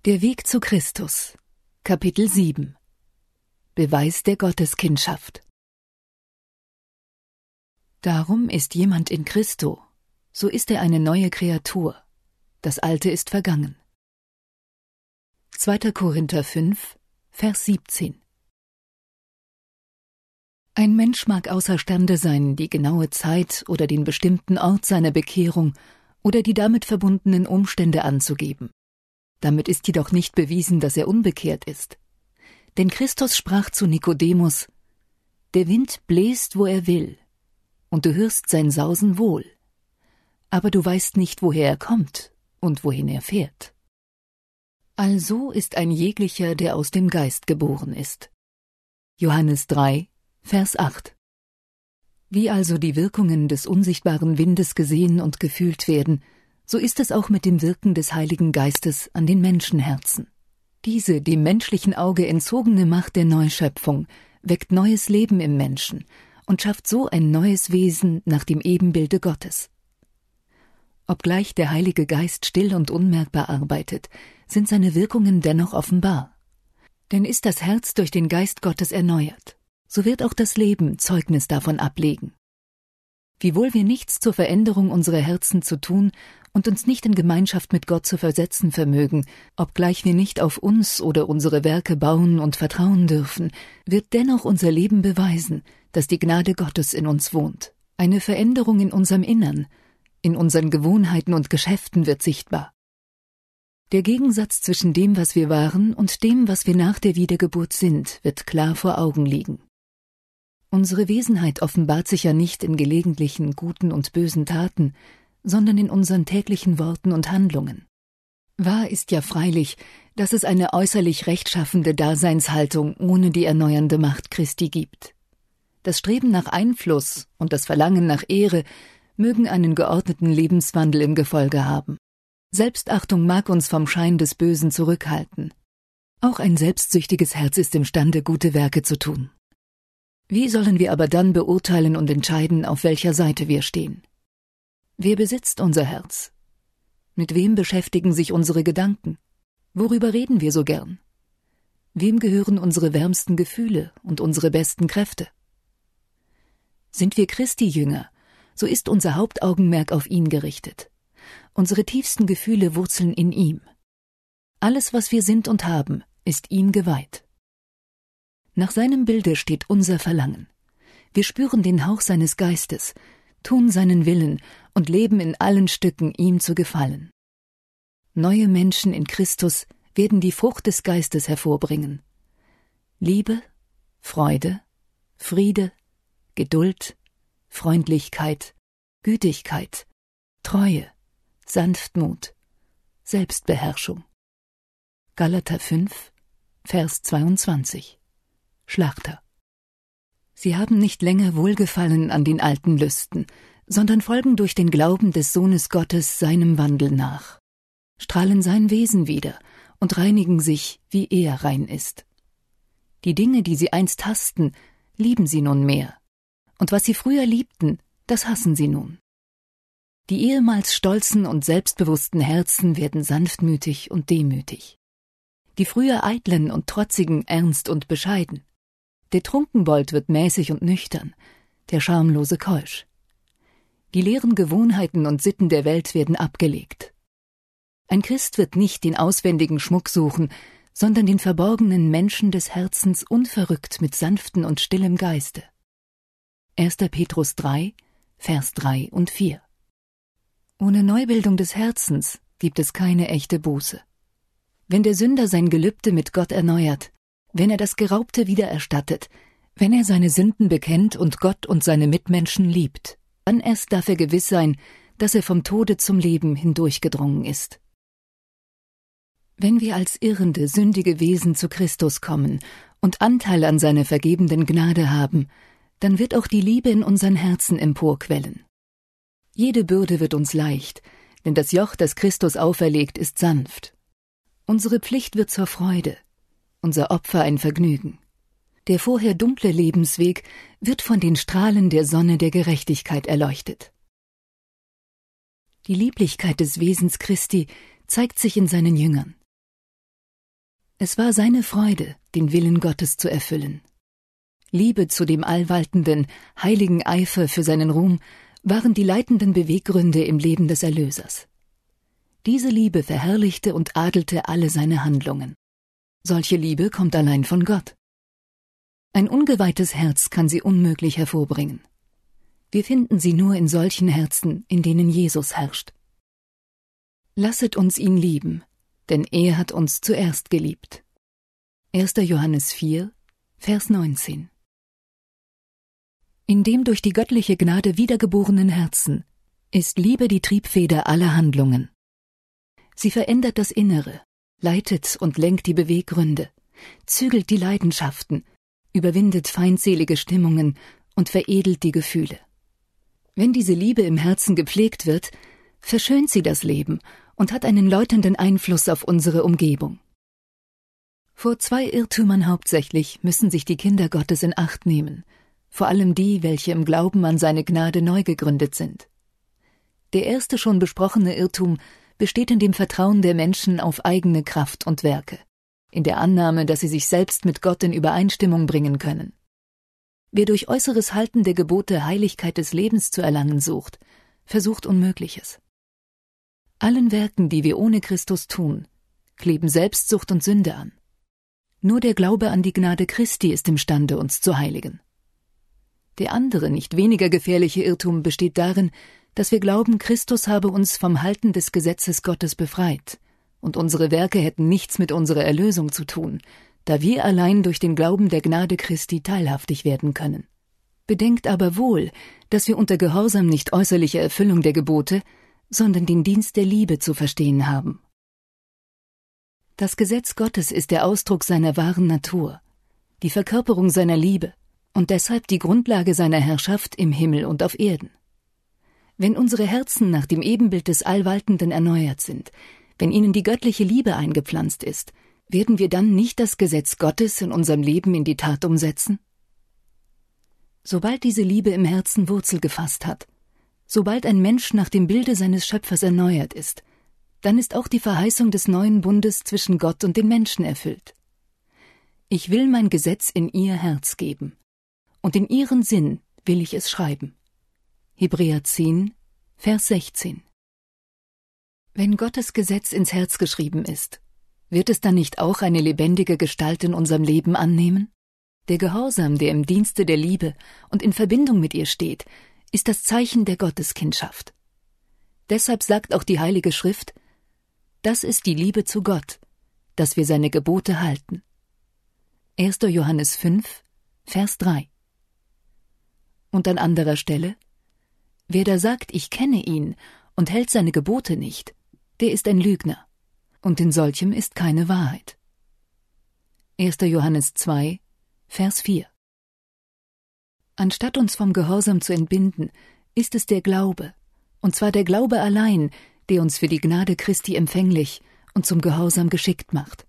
Der Weg zu Christus. Kapitel 7. Beweis der Gotteskindschaft. Darum ist jemand in Christo, so ist er eine neue Kreatur. Das Alte ist vergangen. 2. Korinther 5, Vers 17. Ein Mensch mag außerstande sein, die genaue Zeit oder den bestimmten Ort seiner Bekehrung oder die damit verbundenen Umstände anzugeben. Damit ist jedoch nicht bewiesen, dass er unbekehrt ist. Denn Christus sprach zu Nikodemus: Der Wind bläst, wo er will, und du hörst sein Sausen wohl, aber du weißt nicht, woher er kommt und wohin er fährt. Also ist ein jeglicher, der aus dem Geist geboren ist. Johannes 3, Vers 8. Wie also die Wirkungen des unsichtbaren Windes gesehen und gefühlt werden, so ist es auch mit dem Wirken des Heiligen Geistes an den Menschenherzen. Diese dem menschlichen Auge entzogene Macht der Neuschöpfung weckt neues Leben im Menschen und schafft so ein neues Wesen nach dem Ebenbilde Gottes. Obgleich der Heilige Geist still und unmerkbar arbeitet, sind seine Wirkungen dennoch offenbar. Denn ist das Herz durch den Geist Gottes erneuert, so wird auch das Leben Zeugnis davon ablegen. Wiewohl wir nichts zur Veränderung unserer Herzen zu tun und uns nicht in Gemeinschaft mit Gott zu versetzen vermögen, obgleich wir nicht auf uns oder unsere Werke bauen und vertrauen dürfen, wird dennoch unser Leben beweisen, dass die Gnade Gottes in uns wohnt. Eine Veränderung in unserem Innern, in unseren Gewohnheiten und Geschäften wird sichtbar. Der Gegensatz zwischen dem, was wir waren, und dem, was wir nach der Wiedergeburt sind, wird klar vor Augen liegen. Unsere Wesenheit offenbart sich ja nicht in gelegentlichen guten und bösen Taten, sondern in unseren täglichen Worten und Handlungen. Wahr ist ja freilich, dass es eine äußerlich rechtschaffende Daseinshaltung ohne die erneuernde Macht Christi gibt. Das Streben nach Einfluss und das Verlangen nach Ehre mögen einen geordneten Lebenswandel im Gefolge haben. Selbstachtung mag uns vom Schein des Bösen zurückhalten. Auch ein selbstsüchtiges Herz ist imstande, gute Werke zu tun. Wie sollen wir aber dann beurteilen und entscheiden, auf welcher Seite wir stehen? Wer besitzt unser Herz? Mit wem beschäftigen sich unsere Gedanken? Worüber reden wir so gern? Wem gehören unsere wärmsten Gefühle und unsere besten Kräfte? Sind wir Christi Jünger, so ist unser Hauptaugenmerk auf ihn gerichtet. Unsere tiefsten Gefühle wurzeln in ihm. Alles, was wir sind und haben, ist ihm geweiht. Nach seinem Bilde steht unser Verlangen. Wir spüren den Hauch seines Geistes, tun seinen Willen und leben in allen Stücken, ihm zu gefallen. Neue Menschen in Christus werden die Frucht des Geistes hervorbringen. Liebe, Freude, Friede, Geduld, Freundlichkeit, Gütigkeit, Treue, Sanftmut, Selbstbeherrschung. Galater 5, Vers 22. Schlachter. Sie haben nicht länger Wohlgefallen an den alten Lüsten, sondern folgen durch den Glauben des Sohnes Gottes seinem Wandel nach, strahlen sein Wesen wider und reinigen sich, wie er rein ist. Die Dinge, die sie einst hassten, lieben sie nunmehr, und was sie früher liebten, das hassen sie nun. Die ehemals stolzen und selbstbewussten Herzen werden sanftmütig und demütig. Die früher eitlen und trotzigen ernst und bescheiden. Der Trunkenbold wird mäßig und nüchtern, der Schamlose keusch. Die leeren Gewohnheiten und Sitten der Welt werden abgelegt. Ein Christ wird nicht den auswendigen Schmuck suchen, sondern den verborgenen Menschen des Herzens unverrückt mit sanften und stillem Geiste. 1. Petrus 3, Vers 3 und 4. Ohne Neubildung des Herzens gibt es keine echte Buße. Wenn der Sünder sein Gelübde mit Gott erneuert, wenn er das Geraubte wiedererstattet, wenn er seine Sünden bekennt und Gott und seine Mitmenschen liebt, dann erst darf er gewiss sein, dass er vom Tode zum Leben hindurchgedrungen ist. Wenn wir als irrende, sündige Wesen zu Christus kommen und Anteil an seiner vergebenden Gnade haben, dann wird auch die Liebe in unseren Herzen emporquellen. Jede Bürde wird uns leicht, denn das Joch, das Christus auferlegt, ist sanft. Unsere Pflicht wird zur Freude, unser Opfer ein Vergnügen. Der vorher dunkle Lebensweg wird von den Strahlen der Sonne der Gerechtigkeit erleuchtet. Die Lieblichkeit des Wesens Christi zeigt sich in seinen Jüngern. Es war seine Freude, den Willen Gottes zu erfüllen. Liebe zu dem Allwaltenden, heiligen Eifer für seinen Ruhm waren die leitenden Beweggründe im Leben des Erlösers. Diese Liebe verherrlichte und adelte alle seine Handlungen. Solche Liebe kommt allein von Gott. Ein ungeweihtes Herz kann sie unmöglich hervorbringen. Wir finden sie nur in solchen Herzen, in denen Jesus herrscht. Lasset uns ihn lieben, denn er hat uns zuerst geliebt. 1. Johannes 4, Vers 19. In dem durch die göttliche Gnade wiedergeborenen Herzen ist Liebe die Triebfeder aller Handlungen. Sie verändert das Innere, leitet und lenkt die Beweggründe, zügelt die Leidenschaften, überwindet feindselige Stimmungen und veredelt die Gefühle. Wenn diese Liebe im Herzen gepflegt wird, verschönt sie das Leben und hat einen läutenden Einfluss auf unsere Umgebung. Vor zwei Irrtümern hauptsächlich müssen sich die Kinder Gottes in Acht nehmen, vor allem die, welche im Glauben an seine Gnade neu gegründet sind. Der erste schon besprochene Irrtum besteht in dem Vertrauen der Menschen auf eigene Kraft und Werke, in der Annahme, dass sie sich selbst mit Gott in Übereinstimmung bringen können. Wer durch äußeres Halten der Gebote Heiligkeit des Lebens zu erlangen sucht, versucht Unmögliches. Allen Werken, die wir ohne Christus tun, kleben Selbstsucht und Sünde an. Nur der Glaube an die Gnade Christi ist imstande, uns zu heiligen. Der andere, nicht weniger gefährliche Irrtum besteht darin, dass wir glauben, Christus habe uns vom Halten des Gesetzes Gottes befreit, und unsere Werke hätten nichts mit unserer Erlösung zu tun, da wir allein durch den Glauben der Gnade Christi teilhaftig werden können. Bedenkt aber wohl, dass wir unter Gehorsam nicht äußerliche Erfüllung der Gebote, sondern den Dienst der Liebe zu verstehen haben. Das Gesetz Gottes ist der Ausdruck seiner wahren Natur, die Verkörperung seiner Liebe und deshalb die Grundlage seiner Herrschaft im Himmel und auf Erden. Wenn unsere Herzen nach dem Ebenbild des Allwaltenden erneuert sind, wenn ihnen die göttliche Liebe eingepflanzt ist, werden wir dann nicht das Gesetz Gottes in unserem Leben in die Tat umsetzen? Sobald diese Liebe im Herzen Wurzel gefasst hat, sobald ein Mensch nach dem Bilde seines Schöpfers erneuert ist, dann ist auch die Verheißung des neuen Bundes zwischen Gott und den Menschen erfüllt. Ich will mein Gesetz in ihr Herz geben, und in ihren Sinn will ich es schreiben. Hebräer 10, Vers 16. Wenn Gottes Gesetz ins Herz geschrieben ist, wird es dann nicht auch eine lebendige Gestalt in unserem Leben annehmen? Der Gehorsam, der im Dienste der Liebe und in Verbindung mit ihr steht, ist das Zeichen der Gotteskindschaft. Deshalb sagt auch die Heilige Schrift, das ist die Liebe zu Gott, dass wir seine Gebote halten. 1. Johannes 5, Vers 3. Und an anderer Stelle, wer da sagt, ich kenne ihn und hält seine Gebote nicht, der ist ein Lügner, und in solchem ist keine Wahrheit. 1. Johannes 2, Vers 4. Anstatt uns vom Gehorsam zu entbinden, ist es der Glaube, und zwar der Glaube allein, der uns für die Gnade Christi empfänglich und zum Gehorsam geschickt macht.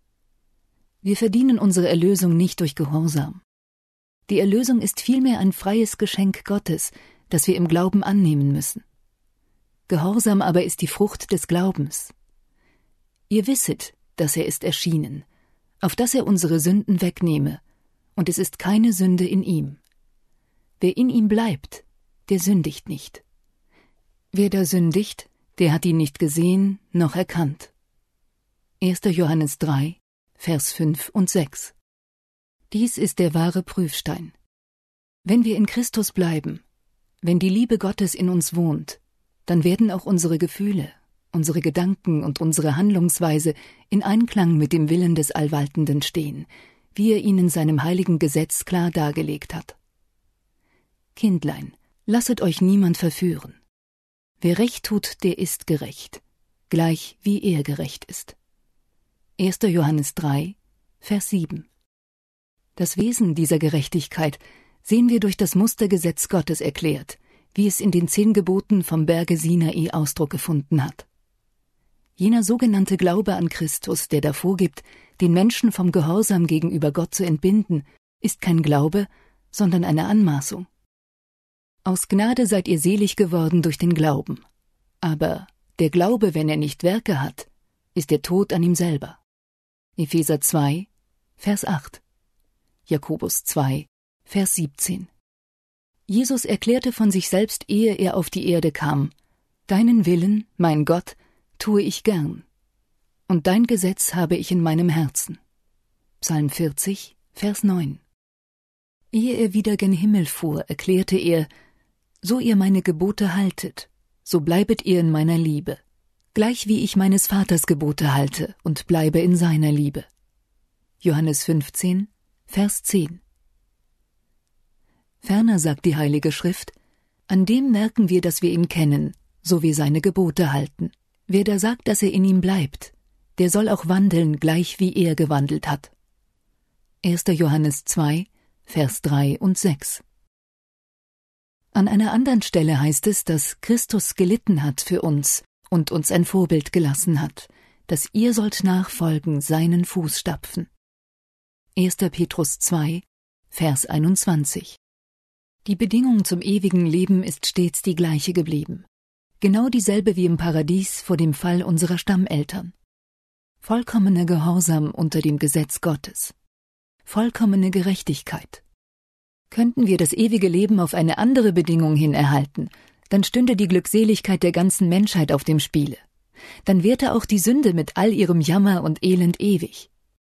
Wir verdienen unsere Erlösung nicht durch Gehorsam. Die Erlösung ist vielmehr ein freies Geschenk Gottes, das wir im Glauben annehmen müssen. Gehorsam aber ist die Frucht des Glaubens. Ihr wisset, dass er ist erschienen, auf dass er unsere Sünden wegnehme, und es ist keine Sünde in ihm. Wer in ihm bleibt, der sündigt nicht. Wer da sündigt, der hat ihn nicht gesehen noch erkannt. 1. Johannes 3, Vers 5 und 6. Dies ist der wahre Prüfstein. Wenn wir in Christus bleiben, wenn die Liebe Gottes in uns wohnt, dann werden auch unsere Gefühle, unsere Gedanken und unsere Handlungsweise in Einklang mit dem Willen des Allwaltenden stehen, wie er ihn in seinem heiligen Gesetz klar dargelegt hat. Kindlein, lasset euch niemand verführen. Wer Recht tut, der ist gerecht, gleich wie er gerecht ist. 1. Johannes 3, Vers 7. Das Wesen dieser Gerechtigkeit sehen wir durch das Mustergesetz Gottes erklärt, wie es in den 10 Geboten vom Berge Sinai Ausdruck gefunden hat. Jener sogenannte Glaube an Christus, der davor gibt, den Menschen vom Gehorsam gegenüber Gott zu entbinden, ist kein Glaube, sondern eine Anmaßung. Aus Gnade seid ihr selig geworden durch den Glauben. Aber der Glaube, wenn er nicht Werke hat, ist der Tod an ihm selber. Epheser 2, Vers 8. Jakobus 2, Vers 17. Jesus erklärte von sich selbst, ehe er auf die Erde kam: Deinen Willen, mein Gott, tue ich gern, und dein Gesetz habe ich in meinem Herzen. Psalm 40, Vers 9. Ehe er wieder gen Himmel fuhr, erklärte er: So ihr meine Gebote haltet, so bleibet ihr in meiner Liebe, gleich wie ich meines Vaters Gebote halte und bleibe in seiner Liebe. Johannes 15, Vers 10. Ferner sagt die Heilige Schrift: An dem merken wir, dass wir ihn kennen, so wir seine Gebote halten. Wer da sagt, dass er in ihm bleibt, der soll auch wandeln, gleich wie er gewandelt hat. 1. Johannes 2, Vers 3 und 6. An einer anderen Stelle heißt es, dass Christus gelitten hat für uns und uns ein Vorbild gelassen hat, dass ihr sollt nachfolgen seinen Fußstapfen. 1. Petrus 2, Vers 21. Die Bedingung zum ewigen Leben ist stets die gleiche geblieben. Genau dieselbe wie im Paradies vor dem Fall unserer Stammeltern. Vollkommener Gehorsam unter dem Gesetz Gottes. Vollkommene Gerechtigkeit. Könnten wir das ewige Leben auf eine andere Bedingung hin erhalten, dann stünde die Glückseligkeit der ganzen Menschheit auf dem Spiele. Dann währte auch die Sünde mit all ihrem Jammer und Elend ewig.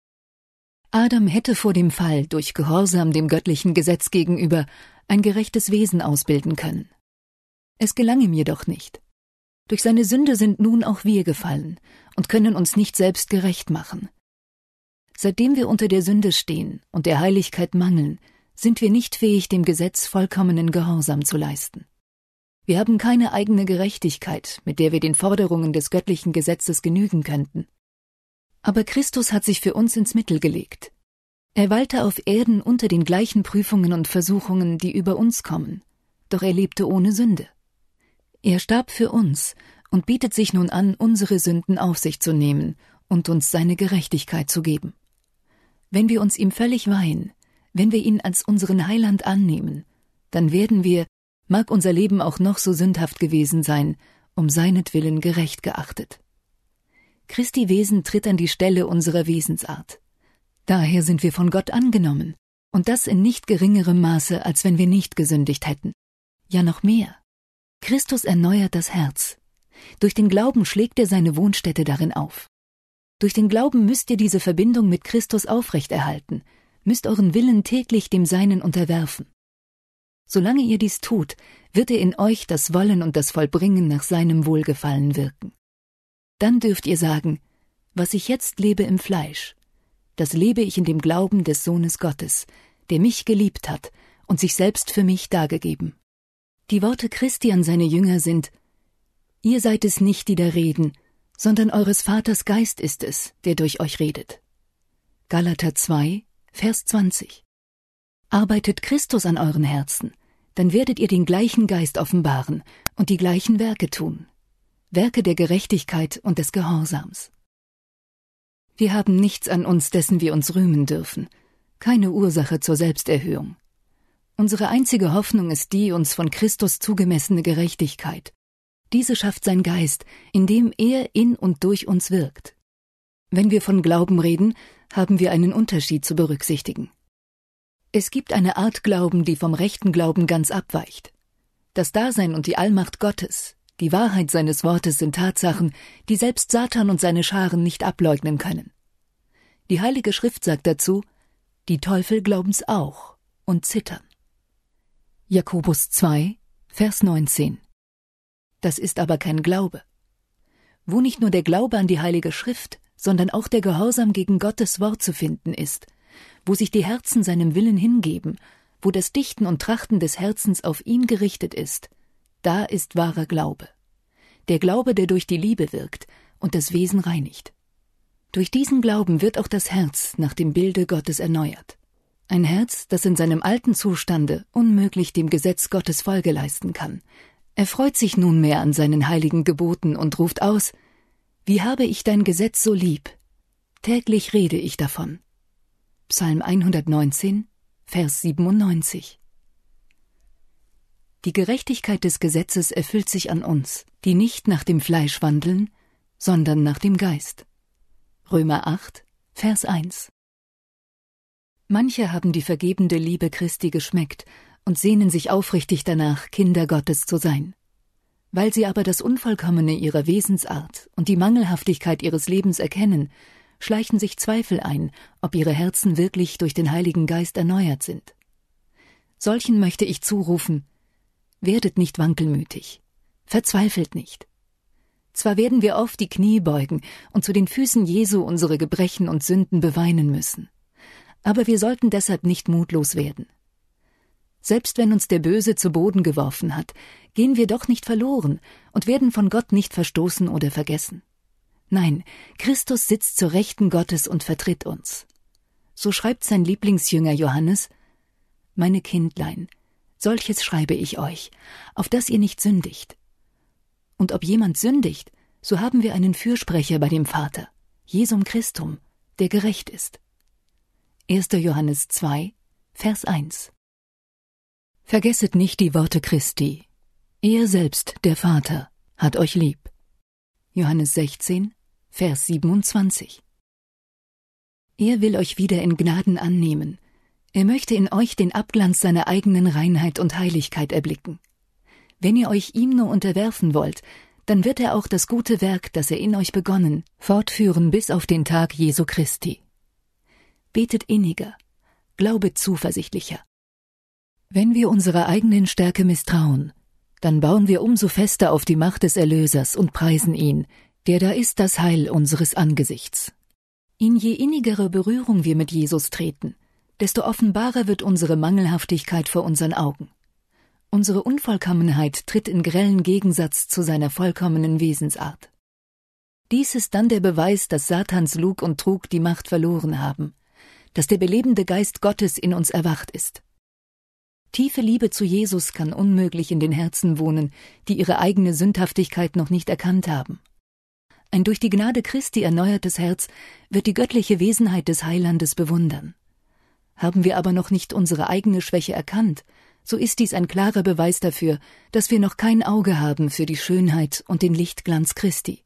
Adam hätte vor dem Fall durch Gehorsam dem göttlichen Gesetz gegenüber ein gerechtes Wesen ausbilden können. Es gelang ihm jedoch nicht. Durch seine Sünde sind nun auch wir gefallen und können uns nicht selbst gerecht machen. Seitdem wir unter der Sünde stehen und der Heiligkeit mangeln, sind wir nicht fähig, dem Gesetz vollkommenen Gehorsam zu leisten. Wir haben keine eigene Gerechtigkeit, mit der wir den Forderungen des göttlichen Gesetzes genügen könnten. Aber Christus hat sich für uns ins Mittel gelegt. Er weilte auf Erden unter den gleichen Prüfungen und Versuchungen, die über uns kommen, doch er lebte ohne Sünde. Er starb für uns und bietet sich nun an, unsere Sünden auf sich zu nehmen und uns seine Gerechtigkeit zu geben. Wenn wir uns ihm völlig weihen, wenn wir ihn als unseren Heiland annehmen, dann werden wir, mag unser Leben auch noch so sündhaft gewesen sein, um seinetwillen gerecht geachtet. Christi Wesen tritt an die Stelle unserer Wesensart. Daher sind wir von Gott angenommen, und das in nicht geringerem Maße, als wenn wir nicht gesündigt hätten. Ja, noch mehr. Christus erneuert das Herz. Durch den Glauben schlägt er seine Wohnstätte darin auf. Durch den Glauben müsst ihr diese Verbindung mit Christus aufrechterhalten, müsst euren Willen täglich dem Seinen unterwerfen. Solange ihr dies tut, wird er in euch das Wollen und das Vollbringen nach seinem Wohlgefallen wirken. Dann dürft ihr sagen: Was ich jetzt lebe im Fleisch, das lebe ich in dem Glauben des Sohnes Gottes, der mich geliebt hat und sich selbst für mich dargegeben. Die Worte Christi an seine Jünger sind: Ihr seid es nicht, die da reden, sondern eures Vaters Geist ist es, der durch euch redet. Galater 2, Vers 20. Arbeitet Christus an euren Herzen, dann werdet ihr den gleichen Geist offenbaren und die gleichen Werke tun. Werke der Gerechtigkeit und des Gehorsams. Wir haben nichts an uns, dessen wir uns rühmen dürfen, keine Ursache zur Selbsterhöhung. Unsere einzige Hoffnung ist die uns von Christus zugemessene Gerechtigkeit. Diese schafft sein Geist, indem er in und durch uns wirkt. Wenn wir von Glauben reden, haben wir einen Unterschied zu berücksichtigen. Es gibt eine Art Glauben, die vom rechten Glauben ganz abweicht. Das Dasein und die Allmacht Gottes, die Wahrheit seines Wortes sind Tatsachen, die selbst Satan und seine Scharen nicht ableugnen können. Die Heilige Schrift sagt dazu: Die Teufel glauben's auch und zittern. Jakobus 2, Vers 19. Das ist aber kein Glaube. Wo nicht nur der Glaube an die Heilige Schrift, sondern auch der Gehorsam gegen Gottes Wort zu finden ist, wo sich die Herzen seinem Willen hingeben, wo das Dichten und Trachten des Herzens auf ihn gerichtet ist, da ist wahrer Glaube. Der Glaube, der durch die Liebe wirkt und das Wesen reinigt. Durch diesen Glauben wird auch das Herz nach dem Bilde Gottes erneuert. Ein Herz, das in seinem alten Zustande unmöglich dem Gesetz Gottes Folge leisten kann. Er freut sich nunmehr an seinen heiligen Geboten und ruft aus: Wie habe ich dein Gesetz so lieb? Täglich rede ich davon. Psalm 119, Vers 97. Die Gerechtigkeit des Gesetzes erfüllt sich an uns, die nicht nach dem Fleisch wandeln, sondern nach dem Geist. Römer 8, Vers 1. Manche haben die vergebende Liebe Christi geschmeckt und sehnen sich aufrichtig danach, Kinder Gottes zu sein. Weil sie aber das Unvollkommene ihrer Wesensart und die Mangelhaftigkeit ihres Lebens erkennen, schleichen sich Zweifel ein, ob ihre Herzen wirklich durch den Heiligen Geist erneuert sind. Solchen möchte ich zurufen: Werdet nicht wankelmütig, verzweifelt nicht. Zwar werden wir oft die Knie beugen und zu den Füßen Jesu unsere Gebrechen und Sünden beweinen müssen, aber wir sollten deshalb nicht mutlos werden. Selbst wenn uns der Böse zu Boden geworfen hat, gehen wir doch nicht verloren und werden von Gott nicht verstoßen oder vergessen. Nein, Christus sitzt zur Rechten Gottes und vertritt uns. So schreibt sein Lieblingsjünger Johannes: Meine Kindlein, solches schreibe ich euch, auf dass ihr nicht sündigt. Und ob jemand sündigt, so haben wir einen Fürsprecher bei dem Vater, Jesum Christum, der gerecht ist. 1. Johannes 2, Vers 1. Vergesset nicht die Worte Christi. Er selbst, der Vater, hat euch lieb. Johannes 16, Vers 27. Er will euch wieder in Gnaden annehmen. Er möchte in euch den Abglanz seiner eigenen Reinheit und Heiligkeit erblicken. Wenn ihr euch ihm nur unterwerfen wollt, dann wird er auch das gute Werk, das er in euch begonnen, fortführen bis auf den Tag Jesu Christi. Betet inniger, glaubet zuversichtlicher. Wenn wir unserer eigenen Stärke misstrauen, dann bauen wir umso fester auf die Macht des Erlösers und preisen ihn, der da ist das Heil unseres Angesichts. In je innigere Berührung wir mit Jesus treten, desto offenbarer wird unsere Mangelhaftigkeit vor unseren Augen. Unsere Unvollkommenheit tritt in grellen Gegensatz zu seiner vollkommenen Wesensart. Dies ist dann der Beweis, dass Satans Lug und Trug die Macht verloren haben, dass der belebende Geist Gottes in uns erwacht ist. Tiefe Liebe zu Jesus kann unmöglich in den Herzen wohnen, die ihre eigene Sündhaftigkeit noch nicht erkannt haben. Ein durch die Gnade Christi erneuertes Herz wird die göttliche Wesenheit des Heilandes bewundern. Haben wir aber noch nicht unsere eigene Schwäche erkannt, so ist dies ein klarer Beweis dafür, dass wir noch kein Auge haben für die Schönheit und den Lichtglanz Christi.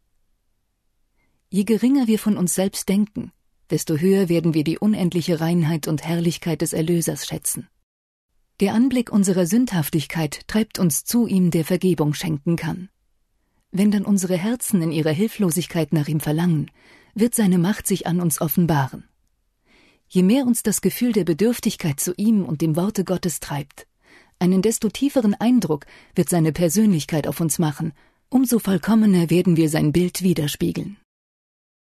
Je geringer wir von uns selbst denken, desto höher werden wir die unendliche Reinheit und Herrlichkeit des Erlösers schätzen. Der Anblick unserer Sündhaftigkeit treibt uns zu ihm, der Vergebung schenken kann. Wenn dann unsere Herzen in ihrer Hilflosigkeit nach ihm verlangen, wird seine Macht sich an uns offenbaren. Je mehr uns das Gefühl der Bedürftigkeit zu ihm und dem Worte Gottes treibt, einen desto tieferen Eindruck wird seine Persönlichkeit auf uns machen, umso vollkommener werden wir sein Bild widerspiegeln.